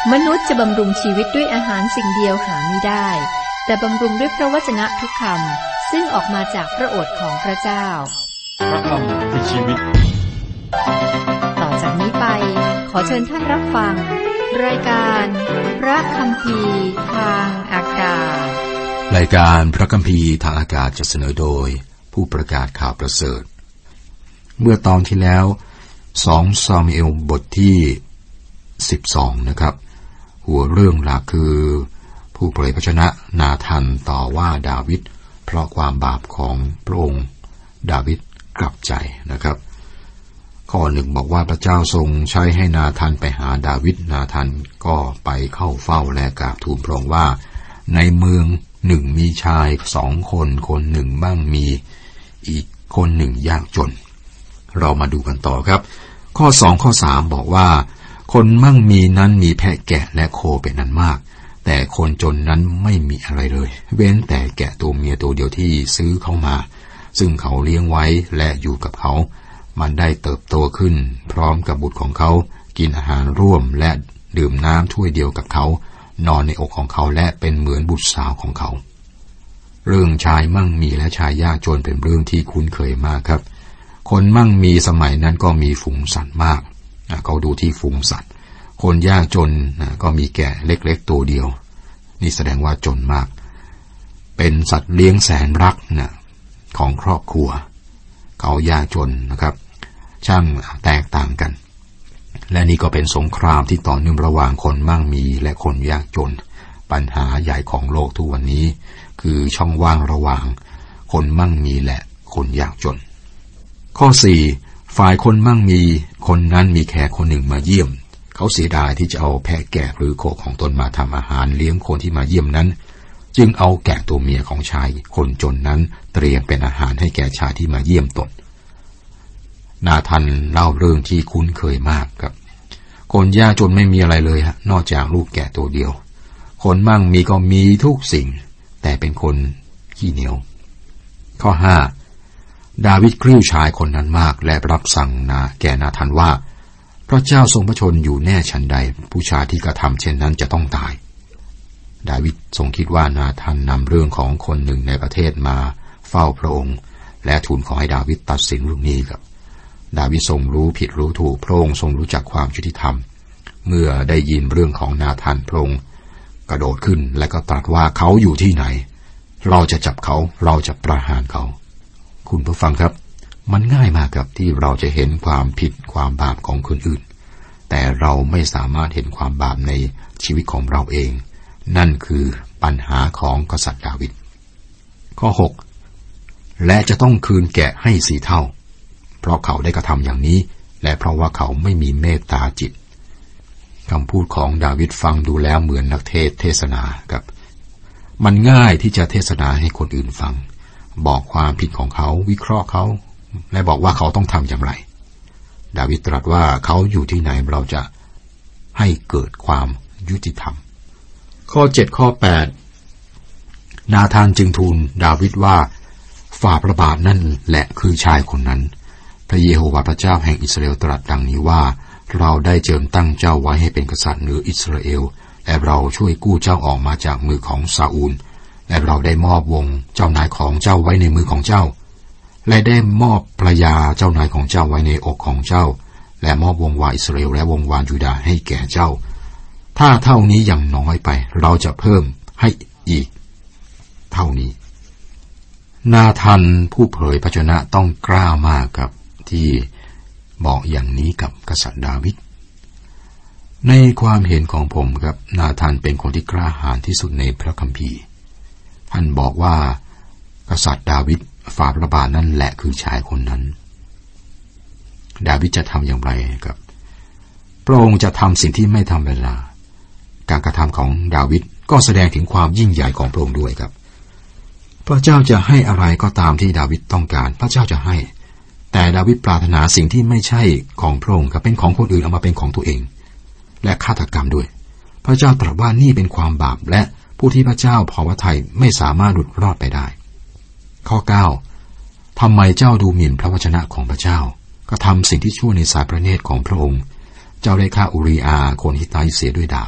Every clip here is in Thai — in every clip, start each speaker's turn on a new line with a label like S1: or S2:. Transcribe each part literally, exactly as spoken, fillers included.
S1: มนุษย์จะบำรุงชีวิตด้วยอาหารสิ่งเดียวหาไม่ได้แต่บำรุงด้วยพระวจนะทุกคำซึ่งออกมาจากพระโอษฐ์ของพระเจ้า
S2: พระคำคือชีวิต
S1: ต่อจากนี้ไปขอเชิญท่านรับฟังรายการพระคัมภีร์ทางอากาศ
S3: รายการพระคัมภีร์ทางอากาศจะเสนอโดยผู้ประกาศข่าวประเสริฐเมื่อตอนที่แล้วสองซามูเอลบทที่สิบสองนะครับหัวเรื่องหลักคือผู้เผยพระชนะนาธานต่อว่าดาวิดเพราะความบาปของพระองค์ดาวิดกลับใจนะครับข้อหนึ่งบอกว่าพระเจ้าทรงใช้ให้นาธานไปหาดาวิดนาธานก็ไปเข้าเฝ้าและกราบทูลพระองค์ว่าในเมืองหนึ่งมีชายสองคนคนหนึ่งบ้างมีอีกคนหนึ่งยากจนเรามาดูกันต่อครับข้อสองข้อสามบอกว่าคนมั่งมีนั้นมีแพะแกะและโคเป็นนั้นมากแต่คนจนนั้นไม่มีอะไรเลยเว้นแต่แกะตัวเมียตัวเดียวที่ซื้อเข้ามาซึ่งเขาเลี้ยงไว้และอยู่กับเขามันได้เติบโตขึ้นพร้อมกับบุตรของเขากินอาหารร่วมและดื่มน้ำถ้วยเดียวกับเขานอนในอกของเขาและเป็นเหมือนบุตรสาวของเขาเรื่องชายมั่งมีและชายยากจนเป็นเรื่องที่คุ้นเคยมากครับคนมั่งมีสมัยนั้นก็มีฝูงสัตว์มากเขาดูที่ฝูงสัตว์คนยากจนก็มีแกะเล็กๆตัวเดียวนี่แสดงว่าจนมากเป็นสัตว์เลี้ยงแสนรักนะของครอบครัวเขายากจนนะครับช่างแตกต่างกันและนี่ก็เป็นสงครามที่ต่อเนื่องระหว่างคนมั่งมีและคนยากจนปัญหาใหญ่ของโลกทุกวันนี้คือช่องว่างระหว่างคนมั่งมีและคนยากจนข้อสี่ฝ่ายคนมั่งมีคนนั้นมีแขกคนหนึ่งมาเยี่ยมเขาเสียดายที่จะเอาแพะแกะหรือโคของตนมาทำอาหารเลี้ยงคนที่มาเยี่ยมนั้นจึงเอาแกะตัวเมียของชายคนจนนั้นเตรียมเป็นอาหารให้แก่ชายที่มาเยี่ยมตนนาธานเล่าเรื่องที่คุ้นเคยมากครับคนยากจนไม่มีอะไรเลยฮะนอกจากลูกแกะตัวเดียวคนมั่งมีก็มีทุกสิ่งแต่เป็นคนขี้เหนียวข้อห้าดาวิดกริ้วชายคนนั้นมากและรับสั่งนาแก่นาธานว่าพระเจ้าทรงพระชนอยู่แน่ฉันใดผู้ชายที่กระทำเช่นนั้นจะต้องตายดาวิดทรงคิดว่านาธานนำเรื่องของคนหนึ่งในประเทศมาเฝ้าพระองค์และทูลขอให้ดาวิดตัดสินเรื่องนี้ครับดาวิดทรงรู้ผิดรู้ถูกพระองค์ทรงรู้จักความยุติธรรมเมื่อได้ยินเรื่องของนาธานพระองค์กระโดดขึ้นและก็ตรัสว่าเขาอยู่ที่ไหนเราจะจับเขาเราจะประหารเขาคุณผู้ฟังครับมันง่ายมากครับที่เราจะเห็นความผิดความบาปของคนอื่นแต่เราไม่สามารถเห็นความบาปในชีวิตของเราเองนั่นคือปัญหาของกษัตริย์ดาวิดข้อหกและจะต้องคืนแกะให้สี่เท่าเพราะเขาได้กระทำอย่างนี้และเพราะว่าเขาไม่มีเมตตาจิตคำพูดของดาวิดฟังดูแล้วเหมือนนักเทศเทศนาครับมันง่ายที่จะเทศนาให้คนอื่นฟังบอกความผิดของเขาวิเคราะห์เขาและบอกว่าเขาต้องทำอย่างไรดาวิดตรัสว่าเขาอยู่ที่ไหนเราจะให้เกิดความยุติธรรมข้อเจ็ดข้อแปดนาธานจึงทูลดาวิดว่าฝ่าพระบาทนั่นแหละคือชายคนนั้นพระเยโฮวาห์พระเจ้าแห่งอิสราเอลตรัสดังนี้ว่าเราได้เจิมตั้งเจ้าไว้ให้เป็นกษัตริย์เหนืออิสราเอลและเราช่วยกู้เจ้าออกมาจากมือของซาอูลและเราได้มอบวงเจ้านายของเจ้าไว้ในมือของเจ้าและได้มอบภรรยาเจ้านายของเจ้าไว้ในอกของเจ้าและมอบวงวานอิสราเอลและวงวานยูดาห์ให้แก่เจ้าถ้าเท่านี้ยังน้อยไปเราจะเพิ่มให้อีกเท่านี้นาธานผู้เผยพระชนะต้องกล้ามากครับที่บอกอย่างนี้กับกษัตริย์ดาวิดในความเห็นของผมครับนาธานเป็นคนที่กล้าหาญที่สุดในพระคัมภีร์ท่านบอกว่ากษัตริย์ดาวิดฝ่าพระบาทนั่นแหละคือชายคนนั้นดาวิดจะทำอย่างไรครับพระองค์จะทำสิ่งที่ไม่ทำเวลาการกระทำของดาวิดก็แสดงถึงความยิ่งใหญ่ของพระองค์ด้วยครับพระเจ้าจะให้อะไรก็ตามที่ดาวิดต้องการพระเจ้าจะให้แต่ดาวิดปรารถนาสิ่งที่ไม่ใช่ของพระองค์ครับเป็นของคนอื่นเอามาเป็นของตัวเองและฆาตกรรมด้วยพระเจ้าตรัสว่านี่เป็นความบาปและผู้ที่พระเจ้าพอพระทัยไม่สามารถหลุดรอดไปได้ข้อเก้าทำไมเจ้าดูหมิ่นพระวจนะของพระเจ้าก็ทำสิ่งที่ชั่วในสายพระเนตรของพระองค์เจ้าได้ฆ่าอุริอาห์คนฮิตไตเสียด้วยดาบ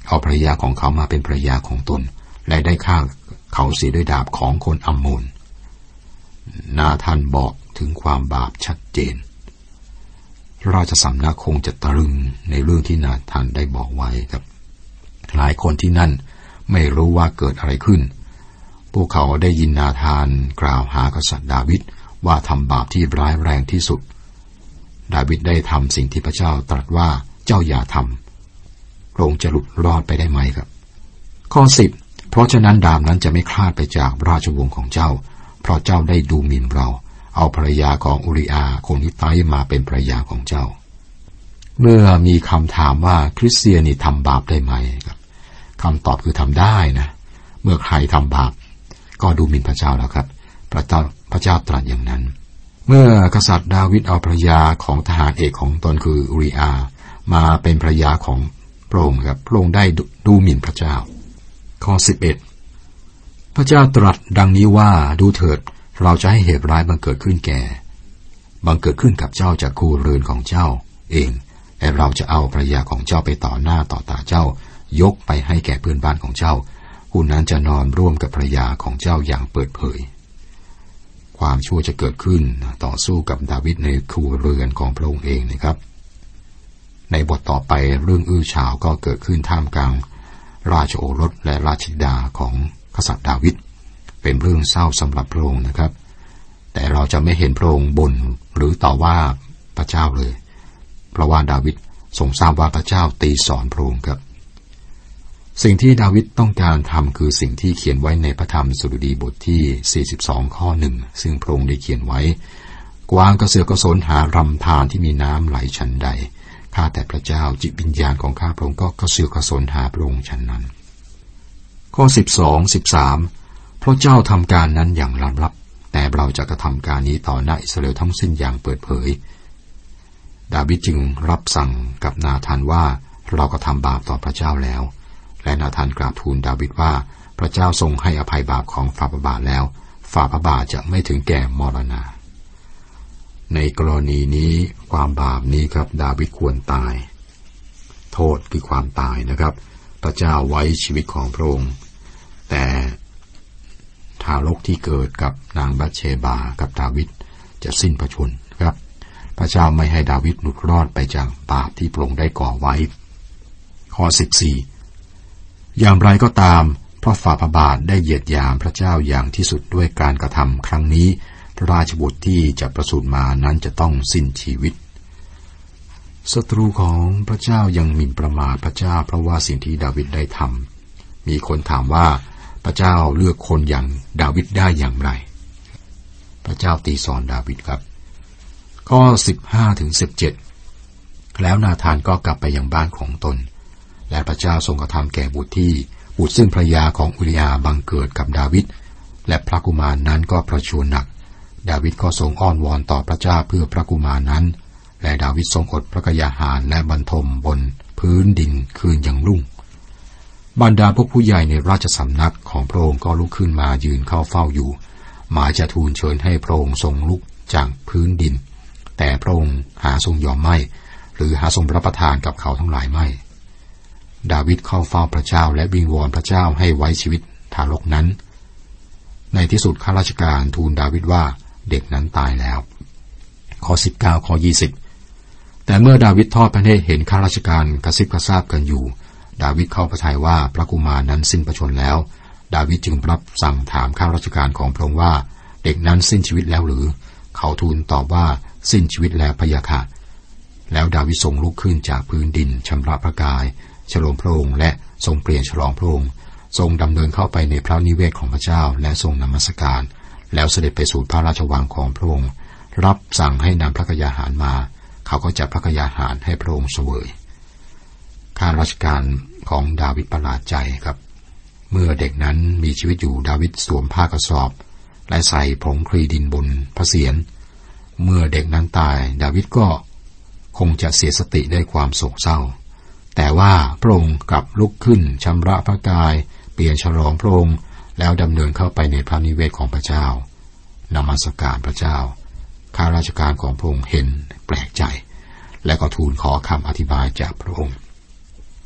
S3: เอาภรรยาของเขามาเป็นภรรยาของตนและได้ฆ่าเขาเสียด้วยดาบของคนอัมโมนนาธานบอกถึงความบาปชัดเจนราชสำนักคงจะตะลึงในเรื่องที่นาธานได้บอกไว้ครับหลายคนที่นั่นไม่รู้ว่าเกิดอะไรขึ้นพวกเขาได้ยินนาธานกล่าวหากษัตริย์ดาวิดว่าทำบาปที่ร้ายแรงที่สุดดาวิดได้ทำสิ่งที่พระเจ้าตรัสว่าเจ้าอย่าทำพระองค์จะหลุดรอดไปได้ไหมครับข้อสิบเพราะฉะนั้นดาบนั้นจะไม่คลาดไปจากราชวงศ์ของเจ้าเพราะเจ้าได้ดูหมิ่นเราเอาภรรยาของอุริอาคนฮิตไตมาเป็นภรรยาของเจ้าเมื่อมีคำถามว่าคริสเตียนนี่ทำบาปได้ไหมครับคำตอบคือทำได้นะเมื่อใครทำบาปก็ดูหมิ่นพระเจ้าแล้วครับพระเจ้าพระเจ้าตรัสอย่างนั้นเมื่อกษัตริย์ดาวิดเอาภรรยาของทหารเอกของตนคืออุริอามาเป็นภรรยาของพระองค์ครับพระองค์ได้ดูหมิ่นพระเจ้าข้อสิบเอ็ดพระเจ้าตรัสดังนี้ว่าดูเถิดเราจะให้เหตุร้ายบังเกิดขึ้นแก่บังเกิดขึ้นกับเจ้าจากครัวเรือนของเจ้าเองและเราจะเอาภรรยาของเจ้าไปต่อหน้าต่อตาเจ้ายกไปให้แก่เพื่อนบ้านของเจ้าผู้นั้นจะนอนร่วมกับภรรยาของเจ้าอย่างเปิดเผยความชั่วจะเกิดขึ้นต่อสู้กับดาวิดในครัวเรือนของพระองค์เองนะครับในบทต่อไปเรื่องอื้อฉาวก็เกิดขึ้นท่ามกลางราชโอรสและราชธิดาของกษัตริย์ดาวิดเป็นเรื่องเศร้าสำหรับพระองค์นะครับแต่เราจะไม่เห็นพระองค์บ่นหรือต่อว่าพระเจ้าเลยเพราะว่าดาวิดทรงทราบว่าพระเจ้าตีสอนพระองค์ครับสิ่งที่ดาวิดต้องการทำคือสิ่งที่เขียนไว้ในพระธรรมสดุดีบทที่สี่สิบสองข้อหนึ่งซึ่งพระองค์ได้เขียนไว้กวางกระเสือกกระสนหารำธารที่มีน้ำไหลฉันใดข้าแต่พระเจ้าจิตวิญญาณของข้าพระองค์ก็กระเสือกกระสนหาพระองค์ฉันนั้นข้อสิบสอง สิบสามเพราะเจ้าทำการนั้นอย่างลับๆแต่เราจะกระทำการนี้ต่อหน้าอิสราเอลทั้งสิ้นอย่างเปิดเผยดาวิดจึงรับสั่งกับนาธานว่าเราก็ทำบาปต่อพระเจ้าแล้วและนาธานกราบทูลดาวิดว่าพระเจ้าทรงให้อภัยบาปของฝ่าพระบาทแล้วฝ่าพระบาทจะไม่ถึงแก่มรณาในกรณีนี้ความบาปนี้ครับดาวิดควรตายโทษคือความตายนะครับพระเจ้าไว้ชีวิตของพระองค์แต่ทารกที่เกิดกับนางบัตเชบากับดาวิดจะสิ้นพระชนม์ครับพระเจ้าไม่ให้ดาวิดหลุดรอดไปจากบาปที่พระองค์ได้ก่อไว้ข้อสิบสี่อย่างไรก็ตามเพราะฝ่าพระบาทได้เหยียดหยามพระเจ้าอย่างที่สุดด้วยการกระทำครั้งนี้ราชบุตรที่จะประสูติมานั้นจะต้องสิ้นชีวิตศัตรูของพระเจ้ายังหมิ่นประมาทพระเจ้าเพราะว่าสิ่งที่ดาวิดได้ทำมีคนถามว่าพระเจ้าเลือกคนอย่างดาวิดได้อย่างไรพระเจ้าตีสอนดาวิดครับข้อสิบห้าถึงสิบเจ็ดแล้วนาธานก็กลับไปยังบ้านของตนและพระเจ้าทรงกระทำแก่บุตรที่บุตรซึ่งภรรยาของอุริยาบังเกิดกับดาวิดและพระกุมารนั้นก็ประชวรหนักดาวิดก็ทรงอ้อนวอนต่อพระเจ้าเพื่อพระกุมารนั้นและดาวิดทรงอดพระกยาหารและบรรทมบนพื้นดินคืนยังรุ่งบรรดาพวกผู้ใหญ่ในราชสำนักของพระองค์ก็ลุกขึ้นมายืนเข้าเฝ้าอยู่หมายจะทูลเชิญให้พระองค์ทรงลุกจากพื้นดินแต่พระองค์หาทรงยอมไม่หรือหาทรงรับประทานกับเขาทั้งหลายไม่ดาวิดเข้าเฝ้าพระเจ้าและวิงวอนพระเจ้าให้ไว้ชีวิตทารกนั้นในที่สุดข้าราชการทูลดาวิดว่าเด็กนั้นตายแล้วข้อสิบเก้าข้อยี่สิบแต่เมื่อดาวิดทอดพระเนตรเห็นข้าราชการกระซิบกระซาบกันอยู่ดาวิดเข้าพระทัยว่าพระกุมารนั้นสิ้นพระชนม์แล้วดาวิดจึงรับสั่งถามข้าราชการของพระองค์ว่าเด็กนั้นสิ้นชีวิตแล้วหรือเขาทูลตอบว่าสิ้นชีวิตแล้วพะยะค่ะแล้วดาวิดทรงลุกขึ้นจากพื้นดินชำระพระกายฉลองพระองค์และทรงเปลี่ยนฉลองพระองค์ทรงดำเนินเข้าไปในพระนิเวศของพระเจ้าและทรงนมัสการแล้วเสด็จไปสู่พระราชวังของพระองค์รับสั่งให้นำพระกยาหารมาเขาก็จัดพระกยาหารให้พระองค์เสวยข้าราชการของดาวิดประหลาดใจครับเมื่อเด็กนั้นมีชีวิตอยู่ดาวิดสวมผ้ากระสอบและใส่ผงคลีดินบนพระเศียรเมื่อเด็กนั้นตายดาวิดก็คงจะเสียสติด้วยความโศกเศร้าแต่ว่าพระองค์กลับลุกขึ้นชำระพระกายเปลี่ยนฉลองพระองค์แล้วดำเนินเข้าไปในพระนิเวศของพระเจ้านมัสการพระเจ้าข้าราชการของพระองค์เห็นแปลกใจและก็ทูลขอคำอธิบายจากพระองค์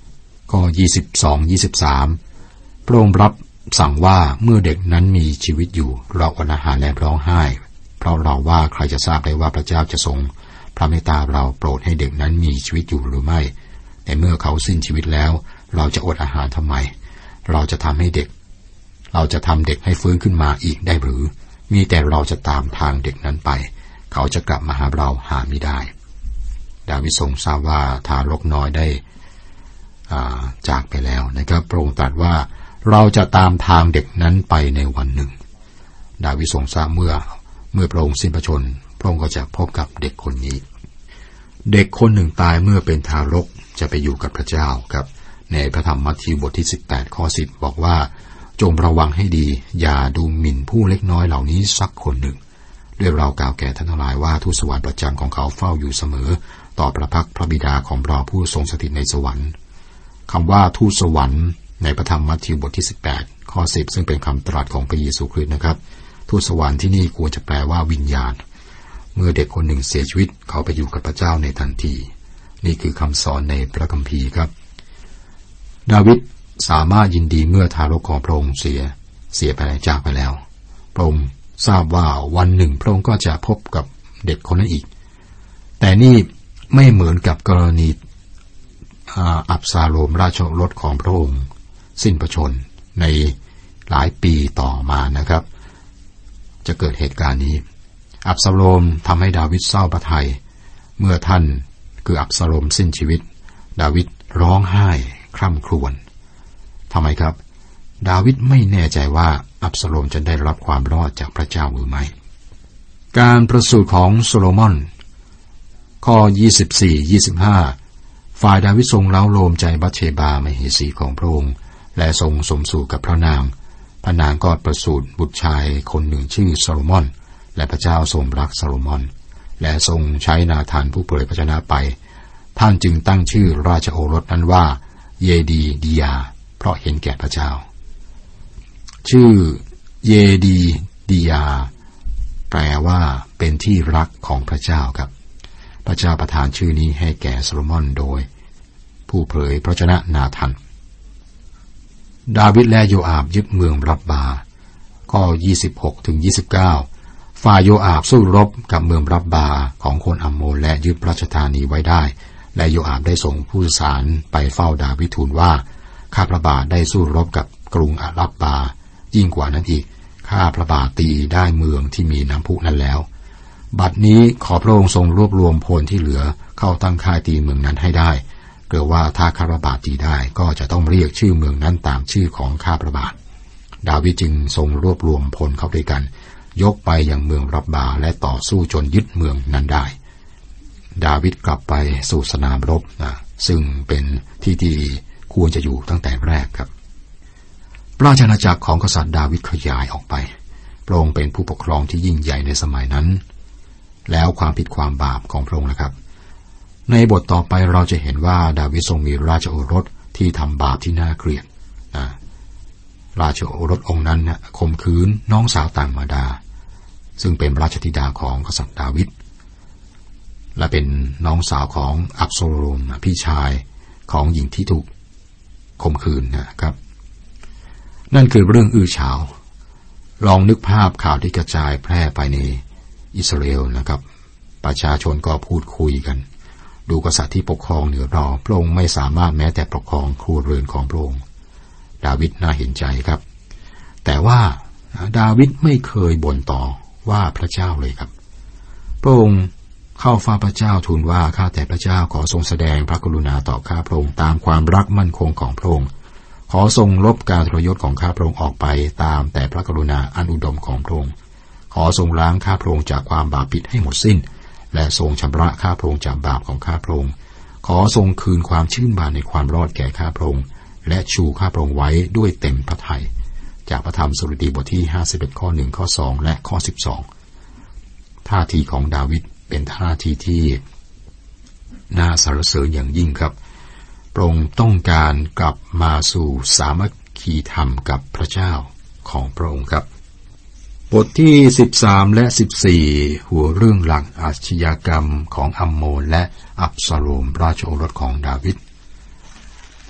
S3: ข้อยี่สิบสอง ยี่สิบสามพระองค์รับสั่งว่าเมื่อเด็กนั้นมีชีวิตอยู่เราอดอาหารและร้องไห้เพราะเราว่าใครจะทราบได้ว่าพระเจ้าจะทรงพระเมตตาเราโปรดให้เด็กนั้นมีชีวิตอยู่หรือไม่แต่เมื่อเขาสิ้นชีวิตแล้วเราจะอดอาหารทำไมเราจะทำให้เด็กเราจะทำเด็กให้ฟื้นขึ้นมาอีกได้หรือมีแต่เราจะตามทางเด็กนั้นไปเขาจะกลับมาหาเราหาไม่ได้ดาวิดทรงทราบว่าทารกน้อยได้จากไปแล้วนะครับพระองค์ตรัสว่าเราจะตามทางเด็กนั้นไปในวันหนึ่งดาวิดทรงทราบเมื่อเมื่อพระองค์สิ้นพระชนม์พระองค์ก็จะพบกับเด็กคนนี้เด็กคนหนึ่งตายเมื่อเป็นทารกจะไปอยู่กับพระเจ้าครับในพระธรรมมัทธิวบทที่สิบแปดข้อสิบบอกว่าจงระวังให้ดีอย่าดูหมิ่นผู้เล็กน้อยเหล่านี้สักคนหนึ่งด้วยเรากล่าวแก่ท่านทั้งหลายว่าทูตสวรรค์ประจำของเขาเฝ้าอยู่เสมอต่อพระพักพระบิดาของเราผู้ทรงสถิตในสวรรค์คำว่าทูตสวรรค์ในพระธรรมมัทธิวบทที่สิบแปดข้อสิบซึ่งเป็นคำตรัสของพระเยซูคริสต์นะครับทูตสวรรค์ที่นี่ควรจะแปลว่าวิญญาณเมื่อเด็กคนหนึ่งเสียชีวิตเขาไปอยู่กับพระเจ้าในทันทีนี่คือคำสอนในพระคัมภีร์ครับดาวิดสามารถยินดีเมื่อทารกของพระองค์เสียเสียไปจากไปแล้วพระองค์ทราบว่าวันหนึ่งพระองค์ก็จะพบกับเด็กคนนั้นอีกแต่นี่ไม่เหมือนกับกรณีอับซาโลมราชโอรสของพระองค์สิ้นพระชนม์ในหลายปีต่อมานะครับจะเกิดเหตุการณ์นี้อับซาโลมทำให้ดาวิดเศร้าพระทัยเมื่อท่านคืออับซาโลมสิ้นชีวิตดาวิดร้องไห้คร่ำครวญทำไมครับดาวิดไม่แน่ใจว่าอับซาโลมจะได้รับความรอดจากพระเจ้าหรือไม่การประสูติของโซโลมอนข้อยี่สิบสี่ ยี่สิบห้าฝ่ายดาวิดทรงเล้าโลมใจบัตเชบามเหสีของพระองค์และทรงสมสู่กับพระนางพระนางก็ประสูติบุตรชายคนหนึ่งชื่อโซโลมอนและพระเจ้าทรงรักโซโลมอนและทรงใช้นาธานผู้เผยพระชนะไปท่านจึงตั้งชื่อราชโอรสนั้นว่าเยดีดียาเพราะเห็นแก่พระเจ้าชื่อเยดีดียาแปลว่าเป็นที่รักของพระเจ้าครับพระเจ้าประทานชื่อนี้ให้แก่โซโลมอนโดยผู้เผยพระชนะนาธานดาวิดและโยอาบยึดเมืองรับบาข้อยี่สิบหกถึงยี่สิบเก้าฝ่ายโยอาบสู้รบกับเมืองรับบาของคนอัมโมนและยึดราชธานีไว้ได้และโยอาบได้ส่งผู้สารไปเฝ้าดาวิดทูลว่าข้าพระบาทได้สู้รบกับกรุงอารับบายิ่งกว่านั้นอีกข้าพระบาทตีได้เมืองที่มีน้ำพุนั้นแล้วบัดนี้ขอพระองค์ทรงรวบรวมพลที่เหลือเข้าตั้งค่ายตีเมืองนั้นให้ได้เกลือว่าถ้าข้าพระบาทตีได้ก็จะต้องเรียกชื่อเมืองนั้นตามชื่อของข้าพระบาทดาวิดจึงทรงรวบรวมพลเข้าด้วยกันยกไปยังเมืองรับบาและต่อสู้จนยึดเมืองนั้นได้ดาวิดกลับไปสู่สนามรบนะซึ่งเป็นที่ที่ควรจะอยู่ตั้งแต่แรกครับราชอาณาจักรของกษัตริย์ดาวิดขยายออกไปพระองค์เป็นผู้ปกครองที่ยิ่งใหญ่ในสมัยนั้นแล้วความผิดความบาปของพระองค์นะครับในบทต่อไปเราจะเห็นว่าดาวิดทรงมีราชโอรสที่ทำบาปที่น่าเกลียดนะราชโอรสองค์นั้นนะข่มขืนน้องสาวต่างมารดาซึ่งเป็นราชธิดาของกษัตริย์ดาวิดและเป็นน้องสาวของอับโซโลมพี่ชายของหญิงที่ถูกข่มขืนนะครับนั่นคือเรื่องอื้อฉาวลองนึกภาพข่าวที่กระจายแพร่ไปในอิสราเอลนะครับประชาชนก็พูดคุยกันดูกษัตริย์ที่ปกครองเหนือเราพระองค์ไม่สามารถแม้แต่ปกครองครัวเรือนของพระองค์ดาวิดน่าเห็นใจครับแต่ว่าดาวิดไม่เคยบ่นต่อว่าพระเจ้าเลยครับพระองค์เข้าเฝ้าพระเจ้าทูลว่าข้าแต่พระเจ้าขอทรงแสดงพระกรุณาต่อข้าพระองค์ตามความรักมั่นคงของพระองค์ขอทรงลบการทรยศของข้าพระองค์ออกไปตามแต่พระกรุณาอันอุดมของพระองค์ขอทรงล้างข้าพระองค์จากความบาปผิดให้หมดสิ้นและทรงชำระข้าพระองค์จากบาปของข้าพระองค์ขอทรงคืนความชื่นบานในความรอดแก่ข้าพระองค์และชูข้าพระองค์ไว้ด้วยเต็มพระทัยจากพระธรรมสดุดีบทที่ห้าสิบเอ็ดข้อหนึ่งข้อสองและข้อสิบสองท่าทีของดาวิดเป็นท่าทีที่น่าสรรเสริญอย่างยิ่งครับพระองค์ต้องการกลับมาสู่สามัคคีธรรมกับพระเจ้าของพระองค์ครับบทที่สิบสามและสิบสี่หัวเรื่องหลักอาชญากรรมของอัมโมนและอับซาโลมราชโอรสของดาวิด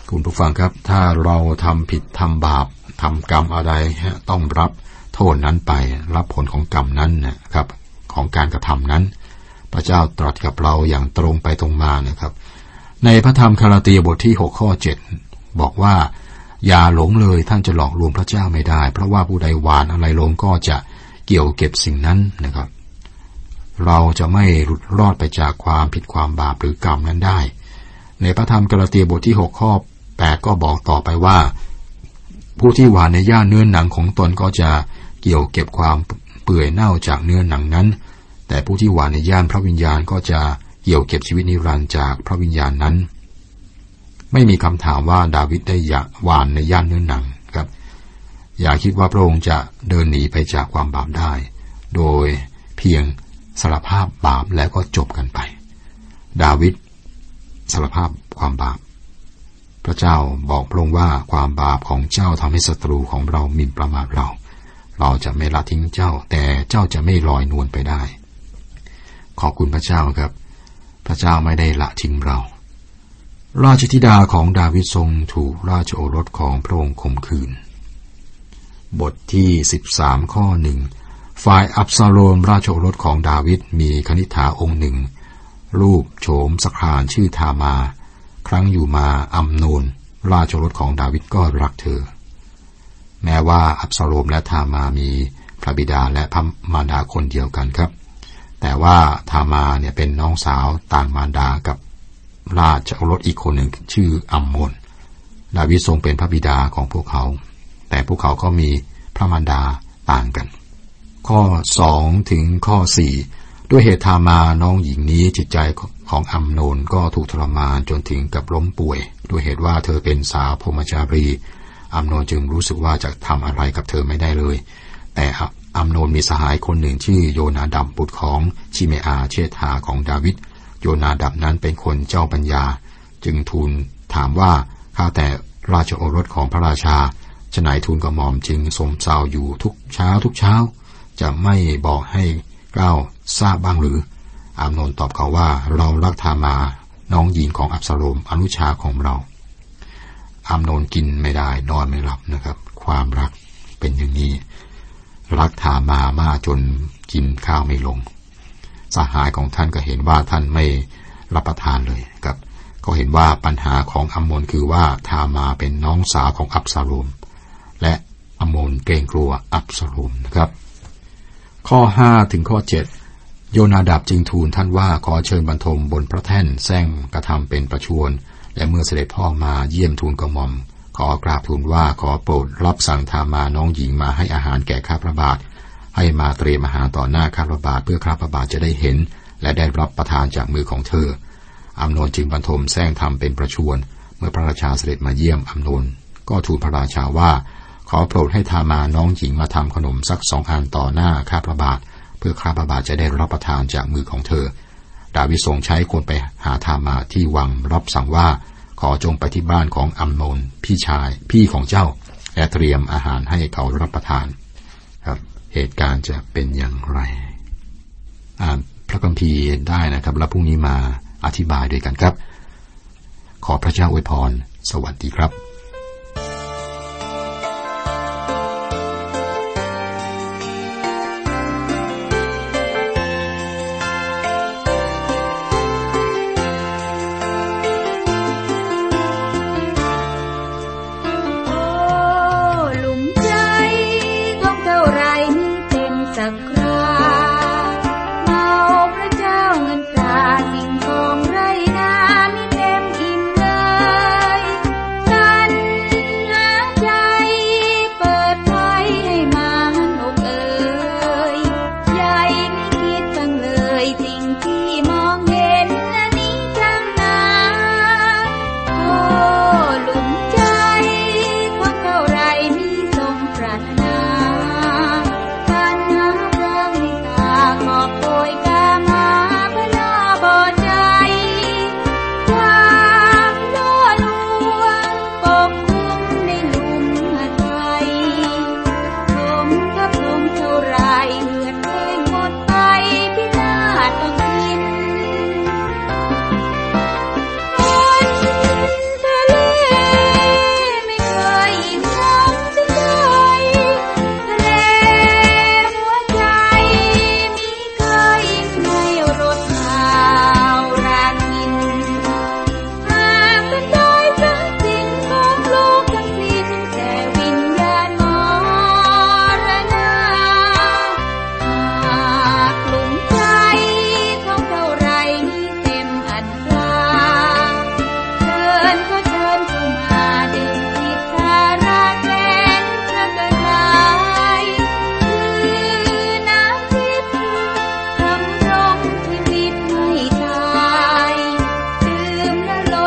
S3: คุณผู้ฟังครับถ้าเราทำผิดทำบาปทำกรรมอะไรต้องรับโทษนั้นไปรับผลของกรรมนั้นนะครับของการกระทำนั้นพระเจ้าตรัสกับเราอย่างตรงไปตรงมานะครับในพระธรรมกาลาเตียบทที่หกข้อเจ็ดบอกว่าอย่าหลงเลยท่านจะหลอกลวงพระเจ้าไม่ได้เพราะว่าผู้ใดหว่านอะไรลงก็จะเกี่ยวเก็บสิ่งนั้นนะครับเราจะไม่หลุดรอดไปจากความผิดความบาปหรือกรรมนั้นได้ในพระธรรมกาลาเตียบทที่หกข้อแปดก็บอกต่อไปว่าผู้ที่หว่านในหญ้าเนื้อหนังของตนก็จะเกี่ยวเก็บความเปื่อยเน่าจากเนื้อหนังนั้นแต่ผู้ที่หว่านในหญ้าพระวิญญาณก็จะเกี่ยวเก็บชีวิตนิรันดร์จากพระวิญญาณนั้นไม่มีคำถามว่าดาวิดได้หว่านในหญ้าเนื้อหนังครับอย่าคิดว่าพระองค์จะเดินหนีไปจากความบาปได้โดยเพียงสารภาพบาปแล้วก็จบกันไปดาวิดสารภาพความบาปพระเจ้าบอกพระองค์ว่าความบาปของเจ้าทำให้ศัตรูของเราหมิ่นประมาทเราเราจะไม่ละทิ้งเจ้าแต่เจ้าจะไม่ลอยนวลไปได้ขอบคุณพระเจ้าครับพระเจ้าไม่ได้ละทิ้งเราราชธิดาของดาวิดทรงถูกราชโอรสของพระองค์ข่มขืนบทที่สิบสามข้อหนึ่งฝ่ายอับซาโลมราชโอรสของดาวิดมีคณิษฐาองค์หนึ่งรูปโฉมสครานชื่อทามาครั้งอยู่มาอัมโนนราชโอรสของดาวิดก็รักเธอแม้ว่าอับซาโลมและทามามีพระบิดาและพระมารดาคนเดียวกันครับแต่ว่าทามาเนี่ยเป็นน้องสาวต่างมารดากับราชโอรสอีกคนหนึ่งชื่ออัมโมนดาวิดทรงเป็นพระบิดาของพวกเขาแต่พวกเขาก็มีพระมารดาต่างกันข้อสองถึงข้อสี่ด้วยเหตุทามาน้องหญิงนี้จิตใจของอัมโนนก็ถูกทรมานจนถึงกับล้มป่วยด้วยเหตุว่าเธอเป็นสาวพรหมจารีอัมโนนจึงรู้สึกว่าจะทำอะไรกับเธอไม่ได้เลยแต่อัมโนนมีสหายคนหนึ่งชื่อโยนาดับบุตรของชิเมอาเชษฐาของดาวิดโยนาดับนั้นเป็นคนเจ้าปัญญาจึงทูลถามว่าข้าแต่ราชโอรสของพระราชาฉนัยทูลกระหม่อมจึงทรงเศร้าอยู่ทุกเช้าทุกเช้าจะไม่บอกให้เก้าทราบบ้างหรืออัมโนนตอบเขาว่าเรารักทามาน้องหญิงของอับซาโลมอนุชาของเราอัมโนนกินไม่ได้นอนไม่หลับนะครับความรักเป็นอย่างนี้รักทามามากจนกินข้าวไม่ลงสหายของท่านก็เห็นว่าท่านไม่รับประทานเลยครับก็เห็นว่าปัญหาของอัมโนนคือว่าทามาเป็นน้องสาวของอับซาโลมและอัมโนนเกรงกลัวอับซาโลมนะครับข้อห้าถึงข้อเจ็ดโยนาดับจึงทูลท่านว่าขอเชิญบรรทมบนพระแท่นแซงกระทำเป็นประชวรและเมื่อเสด็จพ่อมาเยี่ยมทูลกระหม่อมขอกราบทูลว่าขอโปรดรับสั่งทามาน้องหญิงมาให้อาหารแก่ข้าพระบาทให้มาเตรียมอาหารต่อหน้าข้าพระบาทเพื่อข้าพระบาทจะได้เห็นและได้รับประทานจากมือของเธออัมโนนจึงบรรทมแซงทำเป็นประชวรเมื่อพระราชาเสด็จมาเยี่ยมอัมโนนก็ทูลพระราชาว่าขอโปรดให้ทามาน้องหญิงมาทำขนมสักสองอันต่อหน้าข้าพระบาทเพื่อข้าพระบาทจะได้รับประทานจากมือของเธอดาวิดทรงใช้คนไปหาทามาที่วังรับสั่งว่าขอจงไปที่บ้านของอัมโนนพี่ชายพี่ของเจ้าและเตรียมอาหารให้เขารับประทานครับเหตุการณ์จะเป็นอย่างไรอ่านพระคัมภีร์ได้นะครับแล้วพรุ่งนี้มาอธิบายด้วยกันครับขอพระเจ้าอวยพรสวัสดีครับ
S4: การ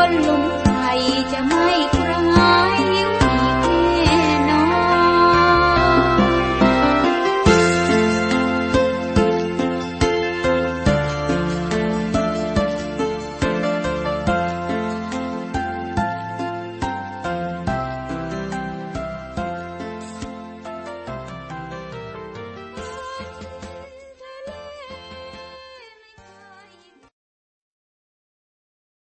S4: นหลุมไฟจะไม่ค